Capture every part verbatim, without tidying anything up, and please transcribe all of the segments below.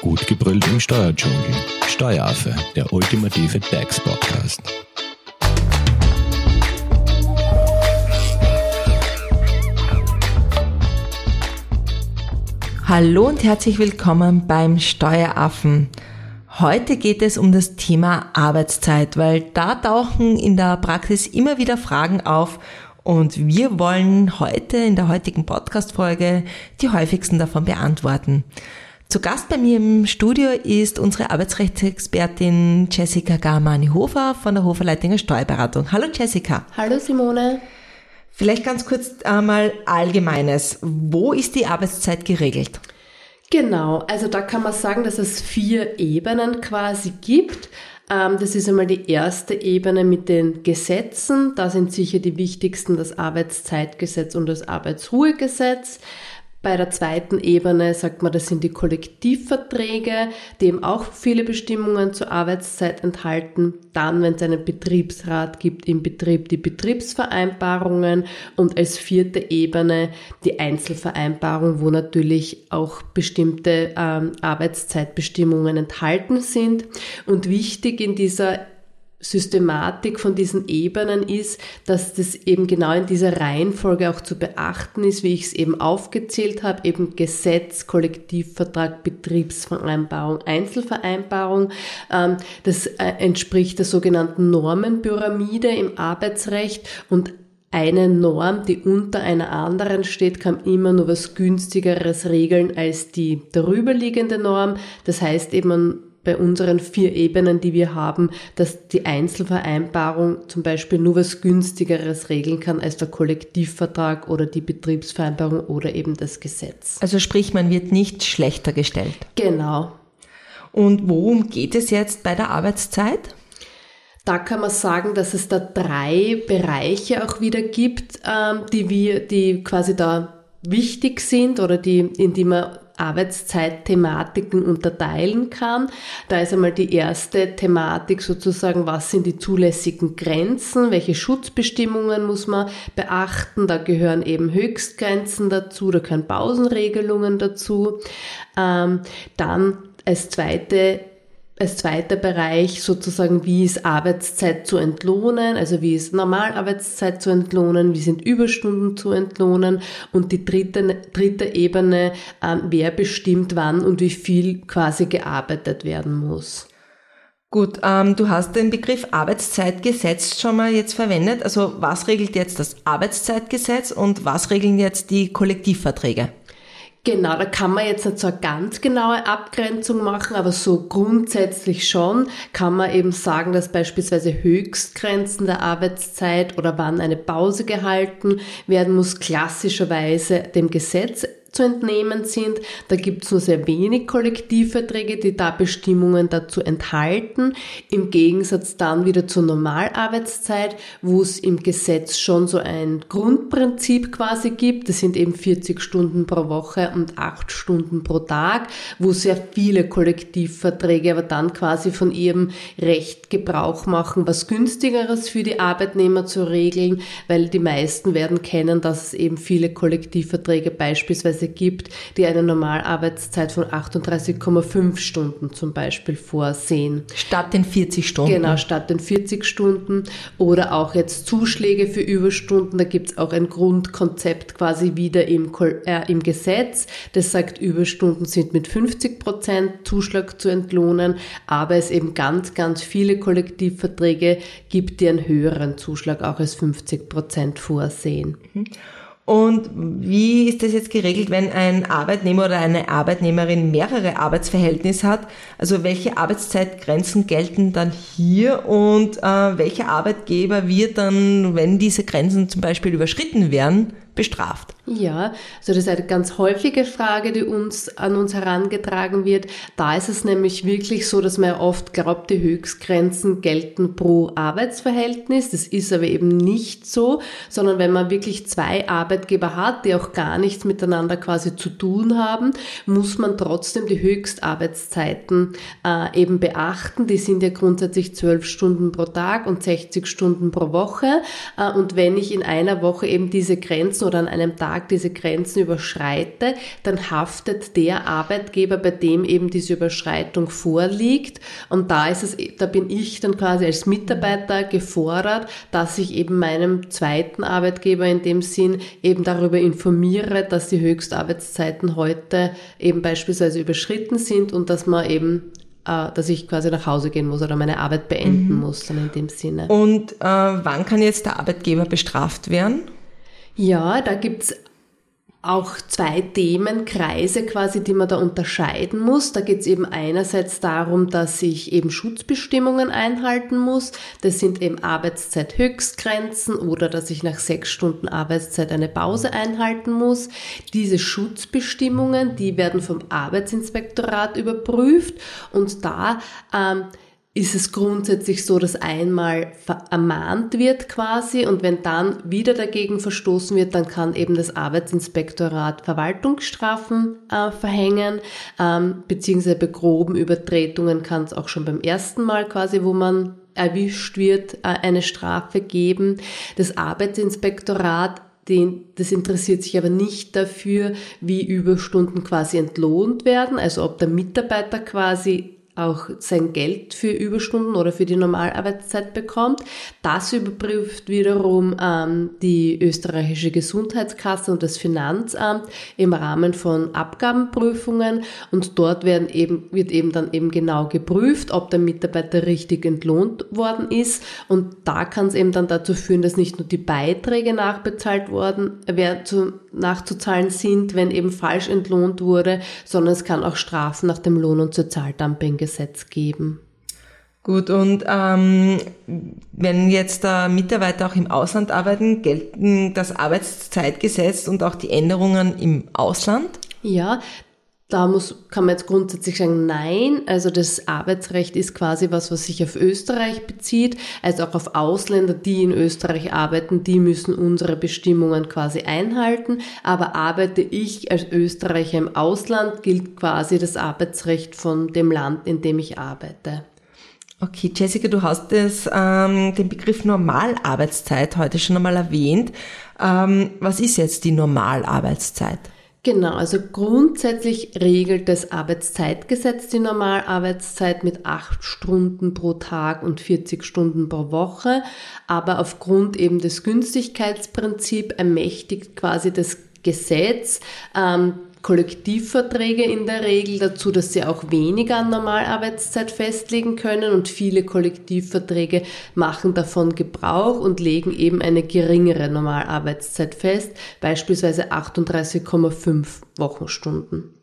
Gut gebrüllt im Steuerdschungel. Steueraffe, der ultimative Tax-Podcast. Hallo und herzlich willkommen beim Steueraffen. Heute geht es um das Thema Arbeitszeit, weil da tauchen in der Praxis immer wieder Fragen auf und wir wollen heute in der heutigen Podcast-Folge die häufigsten davon beantworten. Zu Gast bei mir im Studio ist unsere Arbeitsrechtsexpertin Jessica Garmani-Hofer von der Hofer Leitinger Steuerberatung. Hallo Jessica. Hallo Simone. Vielleicht ganz kurz einmal Allgemeines. Wo ist die Arbeitszeit geregelt? Genau, also da kann man sagen, dass es vier Ebenen quasi gibt. Das ist einmal die erste Ebene mit den Gesetzen. Da sind sicher die wichtigsten das Arbeitszeitgesetz und das Arbeitsruhegesetz. Bei der zweiten Ebene sagt man, das sind die Kollektivverträge, die eben auch viele Bestimmungen zur Arbeitszeit enthalten. Dann, wenn es einen Betriebsrat gibt, im Betrieb die Betriebsvereinbarungen und als vierte Ebene die Einzelvereinbarung, wo natürlich auch bestimmte ähm, Arbeitszeitbestimmungen enthalten sind. Und wichtig in dieser Systematik von diesen Ebenen ist, dass das eben genau in dieser Reihenfolge auch zu beachten ist, wie ich es eben aufgezählt habe, eben Gesetz, Kollektivvertrag, Betriebsvereinbarung, Einzelvereinbarung. Das entspricht der sogenannten Normenpyramide im Arbeitsrecht und eine Norm, die unter einer anderen steht, kann immer nur was Günstigeres regeln als die darüberliegende Norm. Das heißt eben, bei unseren vier Ebenen, die wir haben, dass die Einzelvereinbarung zum Beispiel nur was Günstigeres regeln kann als der Kollektivvertrag oder die Betriebsvereinbarung oder eben das Gesetz. Also sprich, man wird nicht schlechter gestellt. Genau. Und worum geht es jetzt bei der Arbeitszeit? Da kann man sagen, dass es da drei Bereiche auch wieder gibt, die wir, die quasi da wichtig sind oder die, in die man Arbeitszeitthematiken unterteilen kann. Da ist einmal die erste Thematik sozusagen, was sind die zulässigen Grenzen, welche Schutzbestimmungen muss man beachten, da gehören eben Höchstgrenzen dazu, da gehören Pausenregelungen dazu. Ähm, dann als zweite Als zweiter Bereich sozusagen, wie ist Arbeitszeit zu entlohnen, also wie ist Normalarbeitszeit zu entlohnen, wie sind Überstunden zu entlohnen und die dritte, dritte Ebene, äh, wer bestimmt wann und wie viel quasi gearbeitet werden muss. Gut, ähm, du hast den Begriff Arbeitszeitgesetz schon mal jetzt verwendet. Also was regelt jetzt das Arbeitszeitgesetz und was regeln jetzt die Kollektivverträge? Genau, da kann man jetzt nicht so eine ganz genaue Abgrenzung machen, aber so grundsätzlich schon kann man eben sagen, dass beispielsweise Höchstgrenzen der Arbeitszeit oder wann eine Pause gehalten werden muss, klassischerweise dem Gesetz zu entnehmen sind. Da gibt es nur sehr wenig Kollektivverträge, die da Bestimmungen dazu enthalten. Im Gegensatz dann wieder zur Normalarbeitszeit, wo es im Gesetz schon so ein Grundprinzip quasi gibt. Das sind eben vierzig Stunden pro Woche und acht Stunden pro Tag, wo sehr viele Kollektivverträge aber dann quasi von ihrem Recht Gebrauch machen, was günstigeres für die Arbeitnehmer zu regeln, weil die meisten werden kennen, dass es eben viele Kollektivverträge beispielsweise gibt, die eine Normalarbeitszeit von achtunddreißig Komma fünf Stunden zum Beispiel vorsehen. Statt den vierzig Stunden. Genau, statt den vierzig Stunden. Oder auch jetzt Zuschläge für Überstunden. Da gibt es auch ein Grundkonzept quasi wieder im, äh, im Gesetz. Das sagt, Überstunden sind mit fünfzig Prozent Zuschlag zu entlohnen, aber es eben ganz, ganz viele Kollektivverträge gibt, die einen höheren Zuschlag auch als fünfzig Prozent vorsehen. Mhm. Und wie ist das jetzt geregelt, wenn ein Arbeitnehmer oder eine Arbeitnehmerin mehrere Arbeitsverhältnisse hat? Also welche Arbeitszeitgrenzen gelten dann hier und äh, welcher Arbeitgeber wird dann, wenn diese Grenzen zum Beispiel überschritten werden, bestraft? Ja, also das ist eine ganz häufige Frage, die uns an uns herangetragen wird. Da ist es nämlich wirklich so, dass man ja oft glaubt, die Höchstgrenzen gelten pro Arbeitsverhältnis. Das ist aber eben nicht so, sondern wenn man wirklich zwei Arbeitgeber hat, die auch gar nichts miteinander quasi zu tun haben, muss man trotzdem die Höchstarbeitszeiten äh, eben beachten. Die sind ja grundsätzlich zwölf Stunden pro Tag und sechzig Stunden pro Woche. Äh, und wenn ich in einer Woche eben diese Grenzen oder an einem Tag Tag diese Grenzen überschreite, dann haftet der Arbeitgeber, bei dem eben diese Überschreitung vorliegt. Und da ist es, da bin ich dann quasi als Mitarbeiter gefordert, dass ich eben meinem zweiten Arbeitgeber in dem Sinn eben darüber informiere, dass die Höchstarbeitszeiten heute eben beispielsweise überschritten sind und dass man eben dass ich quasi nach Hause gehen muss oder meine Arbeit beenden mhm. muss, dann in dem Sinne. Und äh, wann kann jetzt der Arbeitgeber bestraft werden? Ja, da gibt's auch zwei Themenkreise quasi, die man da unterscheiden muss. Da geht es eben einerseits darum, dass ich eben Schutzbestimmungen einhalten muss. Das sind eben Arbeitszeithöchstgrenzen oder dass ich nach sechs Stunden Arbeitszeit eine Pause einhalten muss. Diese Schutzbestimmungen, die werden vom Arbeitsinspektorat überprüft und da ähm, ist es grundsätzlich so, dass einmal ermahnt wird quasi und wenn dann wieder dagegen verstoßen wird, dann kann eben das Arbeitsinspektorat Verwaltungsstrafen äh, verhängen, ähm, beziehungsweise bei groben Übertretungen kann es auch schon beim ersten Mal quasi, wo man erwischt wird, äh, eine Strafe geben. Das Arbeitsinspektorat Den, das interessiert sich aber nicht dafür, wie Überstunden quasi entlohnt werden, also ob der Mitarbeiter quasi auch sein Geld für Überstunden oder für die Normalarbeitszeit bekommt. Das überprüft wiederum ähm, die österreichische Gesundheitskasse und das Finanzamt im Rahmen von Abgabenprüfungen und dort werden eben, wird eben dann eben genau geprüft, ob der Mitarbeiter richtig entlohnt worden ist und da kann es eben dann dazu führen, dass nicht nur die Beiträge nachbezahlt worden, wer zu, nachzuzahlen sind, wenn eben falsch entlohnt wurde, sondern es kann auch Strafen nach dem Lohn- und Sozialdumping Gesetz geben. Gut, und ähm, wenn jetzt äh, Mitarbeiter auch im Ausland arbeiten, gelten das Arbeitszeitgesetz und auch die Änderungen im Ausland? Ja, da muss, kann man jetzt grundsätzlich sagen, nein, also das Arbeitsrecht ist quasi was, was sich auf Österreich bezieht, also auch auf Ausländer, die in Österreich arbeiten, die müssen unsere Bestimmungen quasi einhalten, aber arbeite ich als Österreicher im Ausland, gilt quasi das Arbeitsrecht von dem Land, in dem ich arbeite. Okay, Jessica, du hast das, ähm, den Begriff Normalarbeitszeit heute schon einmal erwähnt. Ähm, was ist jetzt die Normalarbeitszeit? Genau, also grundsätzlich regelt das Arbeitszeitgesetz die Normalarbeitszeit mit acht Stunden pro Tag und vierzig Stunden pro Woche, aber aufgrund eben des Günstigkeitsprinzips ermächtigt quasi das Gesetz ähm, Kollektivverträge in der Regel dazu, dass sie auch weniger an Normalarbeitszeit festlegen können und viele Kollektivverträge machen davon Gebrauch und legen eben eine geringere Normalarbeitszeit fest, beispielsweise achtunddreißig Komma fünf Wochenstunden.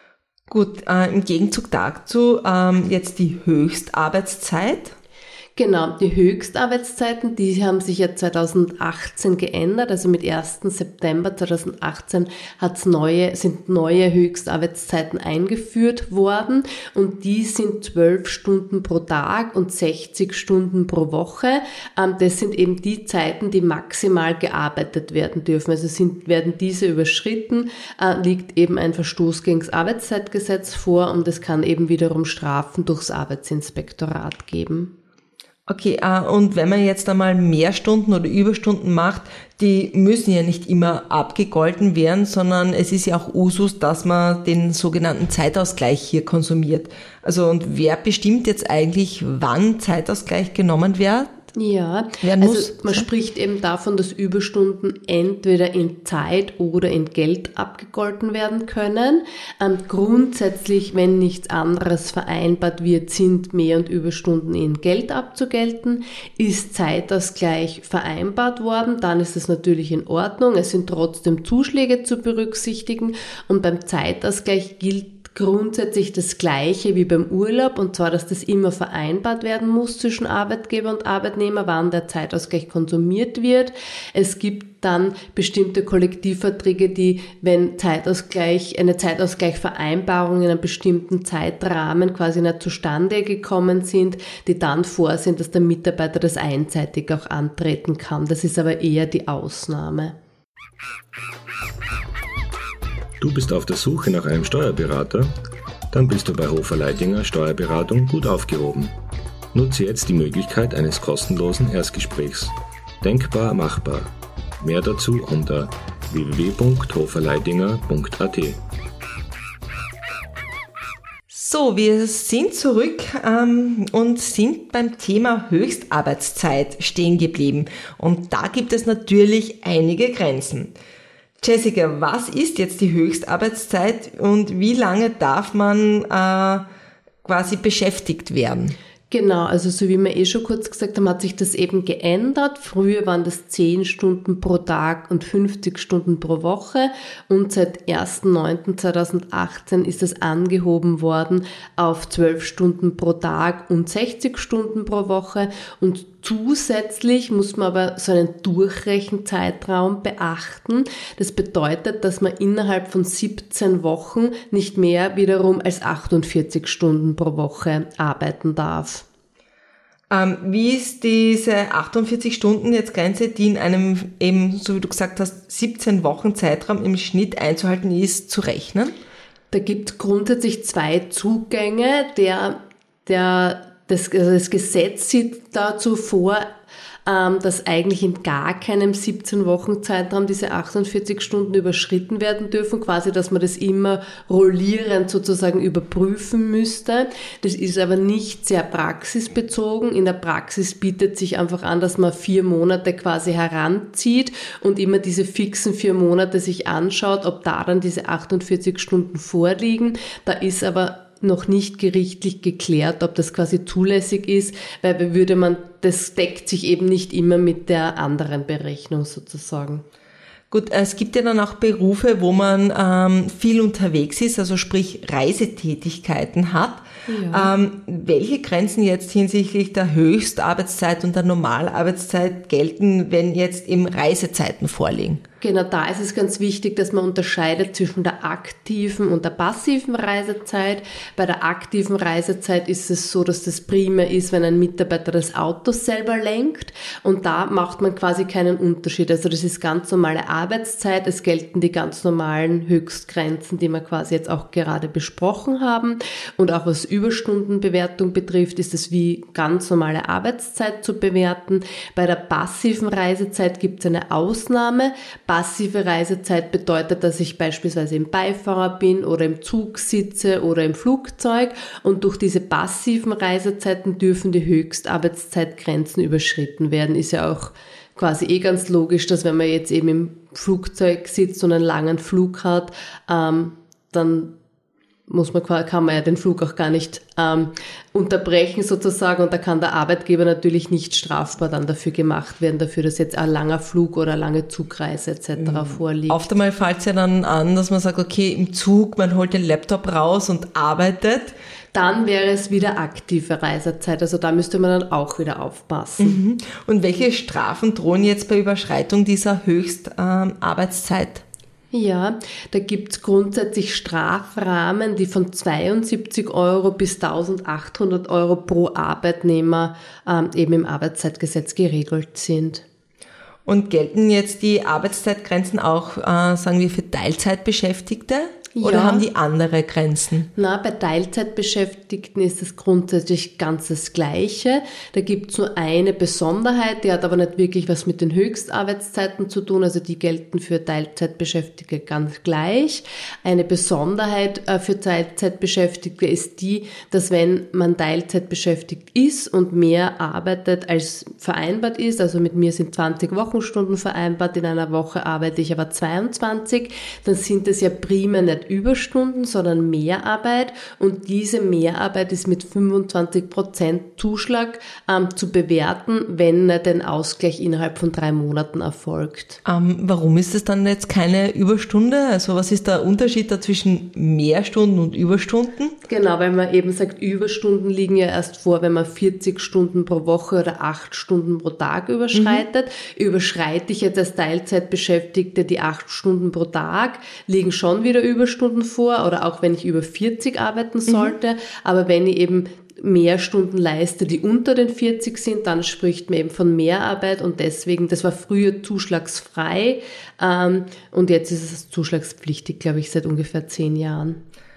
Gut, äh, im Gegenzug dazu ähm, jetzt die Höchstarbeitszeit. Genau, die Höchstarbeitszeiten, die haben sich ja zweitausendachtzehn geändert, also mit ersten September zweitausendachtzehn hat's neue, sind neue Höchstarbeitszeiten eingeführt worden und die sind zwölf Stunden pro Tag und sechzig Stunden pro Woche. Das sind eben die Zeiten, die maximal gearbeitet werden dürfen. Also sind, werden diese überschritten, liegt eben ein Verstoß gegen das Arbeitszeitgesetz vor und es kann eben wiederum Strafen durchs Arbeitsinspektorat geben. Okay, und wenn man jetzt einmal mehr Stunden oder Überstunden macht, die müssen ja nicht immer abgegolten werden, sondern es ist ja auch Usus, dass man den sogenannten Zeitausgleich hier konsumiert. Also und wer bestimmt jetzt eigentlich, wann Zeitausgleich genommen wird? Ja, also man spricht eben davon, dass Überstunden entweder in Zeit oder in Geld abgegolten werden können. Ähm, grundsätzlich, wenn nichts anderes vereinbart wird, sind Mehr- und Überstunden in Geld abzugelten. Ist Zeitausgleich vereinbart worden, dann ist das natürlich in Ordnung. Es sind trotzdem Zuschläge zu berücksichtigen und beim Zeitausgleich gilt grundsätzlich das Gleiche wie beim Urlaub, und zwar, dass das immer vereinbart werden muss zwischen Arbeitgeber und Arbeitnehmer, wann der Zeitausgleich konsumiert wird. Es gibt dann bestimmte Kollektivverträge, die, wenn Zeitausgleich, eine Zeitausgleichvereinbarung in einem bestimmten Zeitrahmen quasi nicht zustande gekommen sind, die dann vorsehen, dass der Mitarbeiter das einseitig auch antreten kann. Das ist aber eher die Ausnahme. Du bist auf der Suche nach einem Steuerberater? Dann bist du bei Hofer Leidinger Steuerberatung gut aufgehoben. Nutze jetzt die Möglichkeit eines kostenlosen Erstgesprächs. Denkbar machbar. Mehr dazu unter w w w punkt hoferleidinger punkt a t. So, wir sind zurück ähm, und sind beim Thema Höchstarbeitszeit stehen geblieben. Und da gibt es natürlich einige Grenzen. Jessica, was ist jetzt die Höchstarbeitszeit und wie lange darf man äh, quasi beschäftigt werden? Genau, also so wie wir eh schon kurz gesagt haben, hat sich das eben geändert. Früher waren das zehn Stunden pro Tag und fünfzig Stunden pro Woche und seit erster neunter zweitausendachtzehn ist das angehoben worden auf zwölf Stunden pro Tag und sechzig Stunden pro Woche und zusätzlich muss man aber so einen Durchrechenzeitraum beachten. Das bedeutet, dass man innerhalb von siebzehn Wochen nicht mehr wiederum als achtundvierzig Stunden pro Woche arbeiten darf. Ähm, wie ist diese achtundvierzig Stunden jetzt Grenze, die in einem eben, so wie du gesagt hast, siebzehn Wochen Zeitraum im Schnitt einzuhalten ist, zu rechnen? Da gibt es grundsätzlich zwei Zugänge. Der, der Das, also das Gesetz sieht dazu vor, ähm, dass eigentlich in gar keinem siebzehn Wochen Zeitraum diese achtundvierzig Stunden überschritten werden dürfen, quasi, dass man das immer rollierend sozusagen überprüfen müsste. Das ist aber nicht sehr praxisbezogen. In der Praxis bietet sich einfach an, dass man vier Monate quasi heranzieht und immer diese fixen vier Monate sich anschaut, ob da dann diese achtundvierzig Stunden vorliegen. Da ist aber noch nicht gerichtlich geklärt, ob das quasi zulässig ist, weil würde man, das deckt sich eben nicht immer mit der anderen Berechnung sozusagen. Gut, es gibt ja dann auch Berufe, wo man ähm, viel unterwegs ist, also sprich Reisetätigkeiten hat. Ja. Ähm, welche Grenzen jetzt hinsichtlich der Höchstarbeitszeit und der Normalarbeitszeit gelten, wenn jetzt eben Reisezeiten vorliegen? Genau, da ist es ganz wichtig, dass man unterscheidet zwischen der aktiven und der passiven Reisezeit. Bei der aktiven Reisezeit ist es so, dass das primär ist, wenn ein Mitarbeiter das Auto selber lenkt und da macht man quasi keinen Unterschied. Also das ist ganz normale Arbeitszeit, es gelten die ganz normalen Höchstgrenzen, die wir quasi jetzt auch gerade besprochen haben und auch was Überstundenbewertung betrifft, ist es wie ganz normale Arbeitszeit zu bewerten. Bei der passiven Reisezeit gibt es eine Ausnahme. Passive Reisezeit bedeutet, dass ich beispielsweise im Beifahrer bin oder im Zug sitze oder im Flugzeug und durch diese passiven Reisezeiten dürfen die Höchstarbeitszeitgrenzen überschritten werden. Ist ja auch quasi eh ganz logisch, dass wenn man jetzt eben im Flugzeug sitzt und einen langen Flug hat, ähm, dann muss man, kann man ja den Flug auch gar nicht ähm, unterbrechen sozusagen und da kann der Arbeitgeber natürlich nicht strafbar dann dafür gemacht werden, dafür, dass jetzt ein langer Flug oder eine lange Zugreise et cetera vorliegt. Oft einmal fällt es ja dann an, dass man sagt, okay, im Zug, man holt den Laptop raus und arbeitet. Dann wäre es wieder aktive Reisezeit, also da müsste man dann auch wieder aufpassen. Mhm. Und welche Strafen drohen jetzt bei Überschreitung dieser Höchstarbeitszeit? Ähm, Ja, da gibt's grundsätzlich Strafrahmen, die von zweiundsiebzig Euro bis eintausendachthundert Euro pro Arbeitnehmer ähm, eben im Arbeitszeitgesetz geregelt sind. Und gelten jetzt die Arbeitszeitgrenzen auch, äh, sagen wir, für Teilzeitbeschäftigte? Oder ja. Haben die andere Grenzen? Na, bei Teilzeitbeschäftigten ist es grundsätzlich ganz das Gleiche. Da gibt's nur eine Besonderheit, die hat aber nicht wirklich was mit den Höchstarbeitszeiten zu tun, also die gelten für Teilzeitbeschäftigte ganz gleich. Eine Besonderheit äh, für Teilzeitbeschäftigte ist die, dass wenn man Teilzeit beschäftigt ist und mehr arbeitet als vereinbart ist, also mit mir sind zwanzig Wochenstunden vereinbart, in einer Woche arbeite ich aber zweiundzwanzig, dann sind es ja primär nicht Überstunden, sondern Mehrarbeit und diese Mehrarbeit ist mit fünfundzwanzig Prozent Zuschlag ähm, zu bewerten, wenn den Ausgleich innerhalb von drei Monaten erfolgt. Ähm, warum ist es dann jetzt keine Überstunde? Also was ist der Unterschied da zwischen Mehrstunden und Überstunden? Genau, weil man eben sagt, Überstunden liegen ja erst vor, wenn man vierzig Stunden pro Woche oder acht Stunden pro Tag überschreitet. Mhm. Überschreite ich jetzt als Teilzeitbeschäftigte die acht Stunden pro Tag, liegen schon wieder Überstunden vor oder auch wenn ich über vierzig arbeiten sollte, mhm. aber wenn ich eben mehr Stunden leiste, die unter den vierzig sind, dann spricht man eben von Mehrarbeit und deswegen, das war früher zuschlagsfrei ähm, und jetzt ist es zuschlagspflichtig, glaube ich, seit ungefähr zehn Jahren.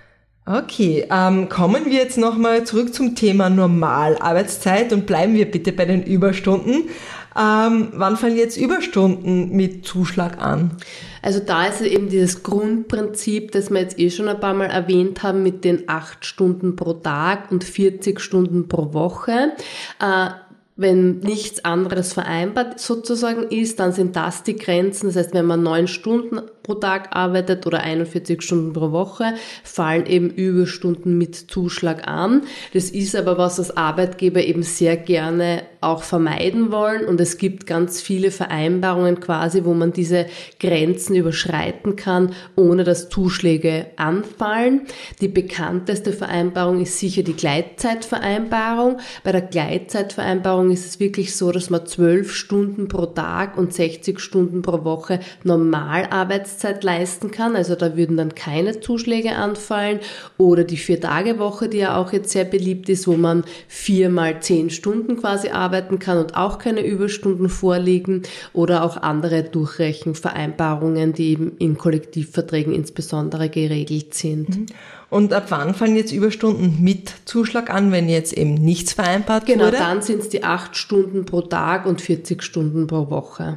Okay, ähm, kommen wir jetzt nochmal zurück zum Thema Normalarbeitszeit und bleiben wir bitte bei den Überstunden. Ähm, wann fallen jetzt Überstunden mit Zuschlag an? Also da ist eben dieses Grundprinzip, das wir jetzt eh schon ein paar Mal erwähnt haben, mit den acht Stunden pro Tag und vierzig Stunden pro Woche. Äh, Wenn nichts anderes vereinbart sozusagen ist, dann sind das die Grenzen. Das heißt, wenn man neun Stunden pro Tag arbeitet oder einundvierzig Stunden pro Woche, fallen eben Überstunden mit Zuschlag an. Das ist aber was, was Arbeitgeber eben sehr gerne auch vermeiden wollen. Und es gibt ganz viele Vereinbarungen quasi, wo man diese Grenzen überschreiten kann, ohne dass Zuschläge anfallen. Die bekannteste Vereinbarung ist sicher die Gleitzeitvereinbarung. Bei der Gleitzeitvereinbarung ist es wirklich so, dass man zwölf Stunden pro Tag und sechzig Stunden pro Woche Normalarbeitszeit leisten kann. Also da würden dann keine Zuschläge anfallen. Oder die Vier-Tage-Woche, die ja auch jetzt sehr beliebt ist, wo man viermal zehn Stunden quasi arbeiten kann und auch keine Überstunden vorliegen. Oder auch andere Durchrechenvereinbarungen, die eben in Kollektivverträgen insbesondere geregelt sind. Und ab wann fallen jetzt Überstunden mit Zuschlag an, wenn jetzt eben nichts vereinbart genau, wurde? Genau, dann sind es die acht Stunden pro Tag und vierzig Stunden pro Woche.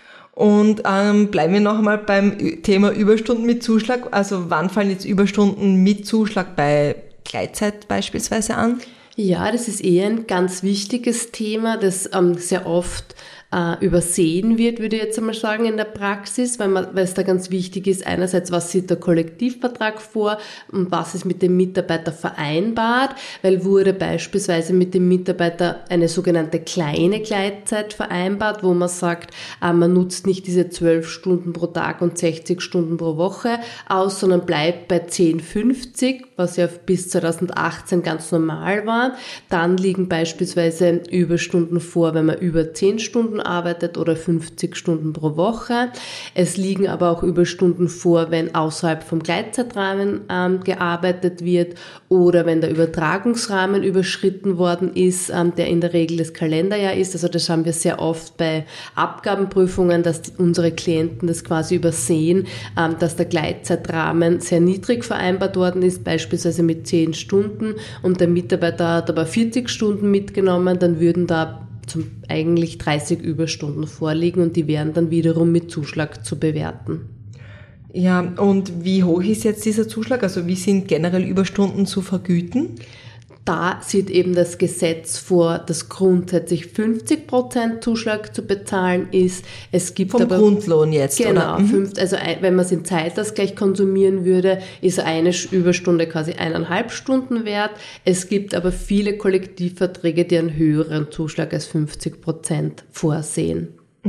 Und ähm, bleiben wir noch einmal beim Thema Überstunden mit Zuschlag. Also wann fallen jetzt Überstunden mit Zuschlag bei Gleitzeit beispielsweise an? Ja, das ist eher ein ganz wichtiges Thema, das ähm, sehr oft äh, übersehen wird, würde ich jetzt einmal sagen, in der Praxis, weil, man, weil es da ganz wichtig ist, einerseits, was sieht der Kollektivvertrag vor und was ist mit dem Mitarbeiter vereinbart, weil wurde beispielsweise mit dem Mitarbeiter eine sogenannte kleine Gleitzeit vereinbart, wo man sagt, äh, man nutzt nicht diese zwölf Stunden pro Tag und sechzig Stunden pro Woche aus, sondern bleibt bei zehn fünfzig, was ja bis zweitausendachtzehn ganz normal war. Dann liegen beispielsweise Überstunden vor, wenn man über zehn Stunden arbeitet oder fünfzig Stunden pro Woche. Es liegen aber auch Überstunden vor, wenn außerhalb vom Gleitzeitrahmen ähm, gearbeitet wird oder wenn der Übertragungsrahmen überschritten worden ist, ähm, der in der Regel das Kalenderjahr ist. Also das haben wir sehr oft bei Abgabenprüfungen, dass die, unsere Klienten das quasi übersehen, ähm, dass der Gleitzeitrahmen sehr niedrig vereinbart worden ist, beispielsweise mit zehn Stunden und der Mitarbeiter hat aber vierzig Stunden mitgenommen, dann würden da zum eigentlich dreißig Überstunden vorliegen und die wären dann wiederum mit Zuschlag zu bewerten. Ja, und wie hoch ist jetzt dieser Zuschlag? Also wie sind generell Überstunden zu vergüten? Da sieht eben das Gesetz vor, dass grundsätzlich fünfzig Prozent Zuschlag zu bezahlen ist. Es gibt Vom aber, Grundlohn jetzt, genau, oder? Mhm. Fünf, also ein, wenn man es in Zeitausgleich konsumieren würde, ist eine Überstunde quasi eineinhalb Stunden wert. Es gibt aber viele Kollektivverträge, die einen höheren Zuschlag als fünfzig Prozent vorsehen.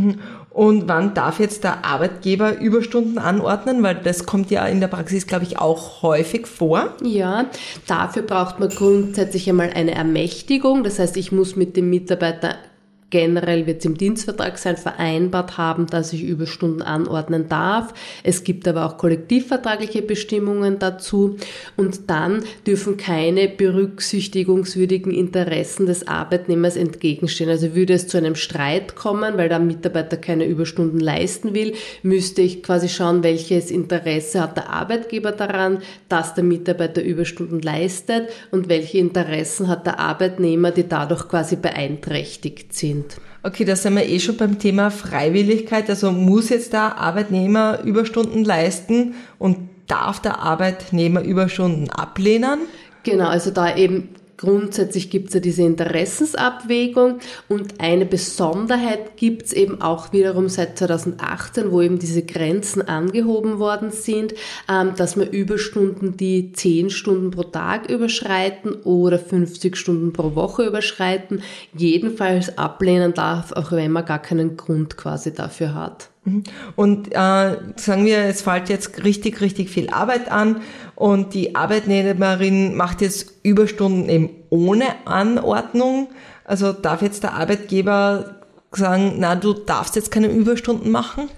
Und wann darf jetzt der Arbeitgeber Überstunden anordnen? Weil das kommt ja in der Praxis, glaube ich, auch häufig vor. Ja, dafür braucht man grundsätzlich einmal eine Ermächtigung. Das heißt, ich muss mit dem Mitarbeiter generell wird es im Dienstvertrag sein, vereinbart haben, dass ich Überstunden anordnen darf. Es gibt aber auch kollektivvertragliche Bestimmungen dazu. Und dann dürfen keine berücksichtigungswürdigen Interessen des Arbeitnehmers entgegenstehen. Also würde es zu einem Streit kommen, weil der Mitarbeiter keine Überstunden leisten will, müsste ich quasi schauen, welches Interesse hat der Arbeitgeber daran, dass der Mitarbeiter Überstunden leistet und welche Interessen hat der Arbeitnehmer, die dadurch quasi beeinträchtigt sind. Okay, da sind wir eh schon beim Thema Freiwilligkeit. Also muss jetzt der Arbeitnehmer Überstunden leisten und darf der Arbeitnehmer Überstunden ablehnen? Genau, also da eben grundsätzlich gibt es ja diese Interessensabwägung und eine Besonderheit gibt es eben auch wiederum seit zweitausendachtzehn, wo eben diese Grenzen angehoben worden sind, dass man Überstunden, die zehn Stunden pro Tag überschreiten oder fünfzig Stunden pro Woche überschreiten, jedenfalls ablehnen darf, auch wenn man gar keinen Grund quasi dafür hat. Und äh, sagen wir, es fällt jetzt richtig, richtig viel Arbeit an und die Arbeitnehmerin macht jetzt Überstunden eben ohne Anordnung. Also darf jetzt der Arbeitgeber sagen, na, du darfst jetzt keine Überstunden machen?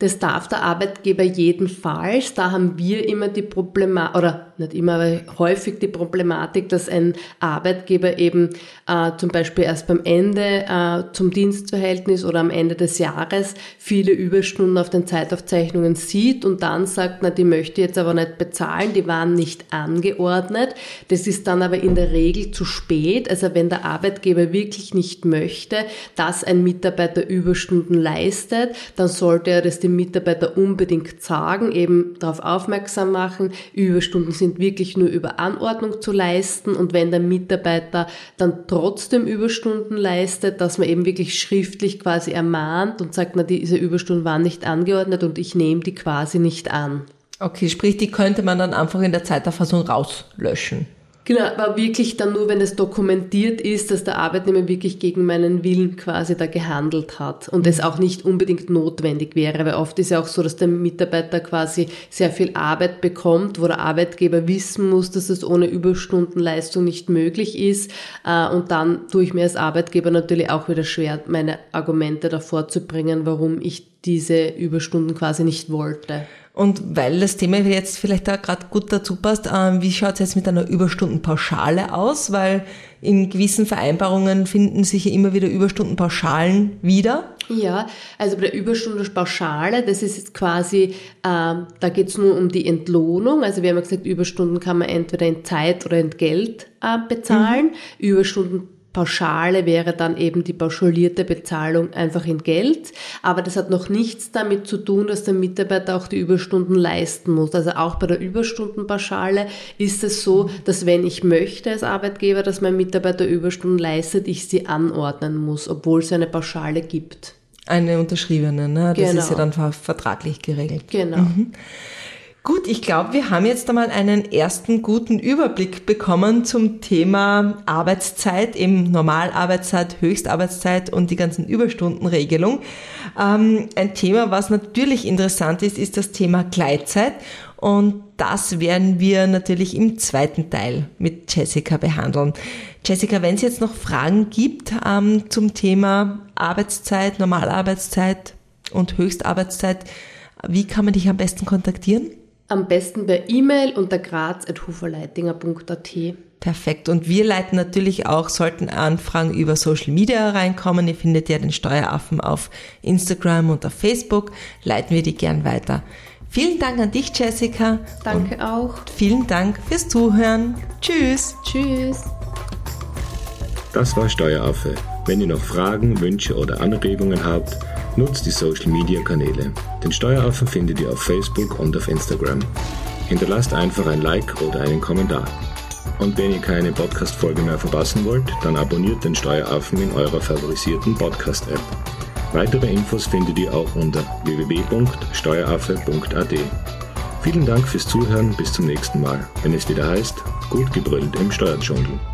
Das darf der Arbeitgeber jedenfalls. Da haben wir immer die Problematik, oder nicht immer, aber häufig die Problematik, dass ein Arbeitgeber eben äh, zum Beispiel erst beim Ende äh, zum Dienstverhältnis oder am Ende des Jahres viele Überstunden auf den Zeitaufzeichnungen sieht und dann sagt, na, die möchte ich jetzt aber nicht bezahlen, die waren nicht angeordnet. Das ist dann aber in der Regel zu spät. Also wenn der Arbeitgeber wirklich nicht möchte, dass ein Mitarbeiter Überstunden leistet, dann sollte er das dem Mitarbeiter unbedingt sagen, eben darauf aufmerksam machen, Überstunden sind wirklich nur über Anordnung zu leisten und wenn der Mitarbeiter dann trotzdem Überstunden leistet, dass man eben wirklich schriftlich quasi ermahnt und sagt, na, diese Überstunden waren nicht angeordnet und ich nehme die quasi nicht an. Okay, sprich, die könnte man dann einfach in der Zeiterfassung rauslöschen. Genau, aber wirklich dann nur, wenn es dokumentiert ist, dass der Arbeitnehmer wirklich gegen meinen Willen quasi da gehandelt hat und es auch nicht unbedingt notwendig wäre, weil oft ist ja auch so, dass der Mitarbeiter quasi sehr viel Arbeit bekommt, wo der Arbeitgeber wissen muss, dass es ohne Überstundenleistung nicht möglich ist und dann tue ich mir als Arbeitgeber natürlich auch wieder schwer, meine Argumente davor zu bringen, warum ich diese Überstunden quasi nicht wollte. Und weil das Thema jetzt vielleicht da gerade gut dazu passt, äh, wie schaut es jetzt mit einer Überstundenpauschale aus? Weil in gewissen Vereinbarungen finden sich ja immer wieder Überstundenpauschalen wieder. Ja, also bei der Überstundenpauschale, das ist jetzt quasi, äh, da geht es nur um die Entlohnung. Also wir haben ja gesagt, Überstunden kann man entweder in Zeit oder Entgelt äh, bezahlen. Mhm. Überstunden Pauschale wäre dann eben die pauschalierte Bezahlung einfach in Geld, aber das hat noch nichts damit zu tun, dass der Mitarbeiter auch die Überstunden leisten muss. Also auch bei der Überstundenpauschale ist es so, dass wenn ich möchte als Arbeitgeber, dass mein Mitarbeiter Überstunden leistet, ich sie anordnen muss, obwohl es eine Pauschale gibt. Eine unterschriebene, ne? Das genau. ist ja dann vertraglich geregelt. Genau. Mhm. Gut, ich glaube, wir haben jetzt einmal einen ersten guten Überblick bekommen zum Thema Arbeitszeit, eben Normalarbeitszeit, Höchstarbeitszeit und die ganzen Überstundenregelung. Ähm, ein Thema, was natürlich interessant ist, ist das Thema Gleitzeit und das werden wir natürlich im zweiten Teil mit Jessica behandeln. Jessica, wenn es jetzt noch Fragen gibt ähm, zum Thema Arbeitszeit, Normalarbeitszeit und Höchstarbeitszeit, wie kann man dich am besten kontaktieren? Am besten per E-Mail unter graz at huferleitinger punkt a t. Perfekt. Und wir leiten natürlich auch, sollten Anfragen über Social Media reinkommen, ihr findet ja den Steueraffen auf Instagram und auf Facebook, leiten wir die gern weiter. Vielen Dank an dich, Jessica. Danke und auch. Vielen Dank fürs Zuhören. Tschüss. Tschüss. Das war Steueraffe. Wenn ihr noch Fragen, Wünsche oder Anregungen habt, nutzt die Social Media Kanäle. Den Steueraffen findet ihr auf Facebook und auf Instagram. Hinterlasst einfach ein Like oder einen Kommentar. Und wenn ihr keine Podcast-Folge mehr verpassen wollt, dann abonniert den Steueraffen in eurer favorisierten Podcast-App. Weitere Infos findet ihr auch unter w w w punkt steueraffe punkt a t. Vielen Dank fürs Zuhören, bis zum nächsten Mal, wenn es wieder heißt, gut gebrüllt im Steuerdschungel.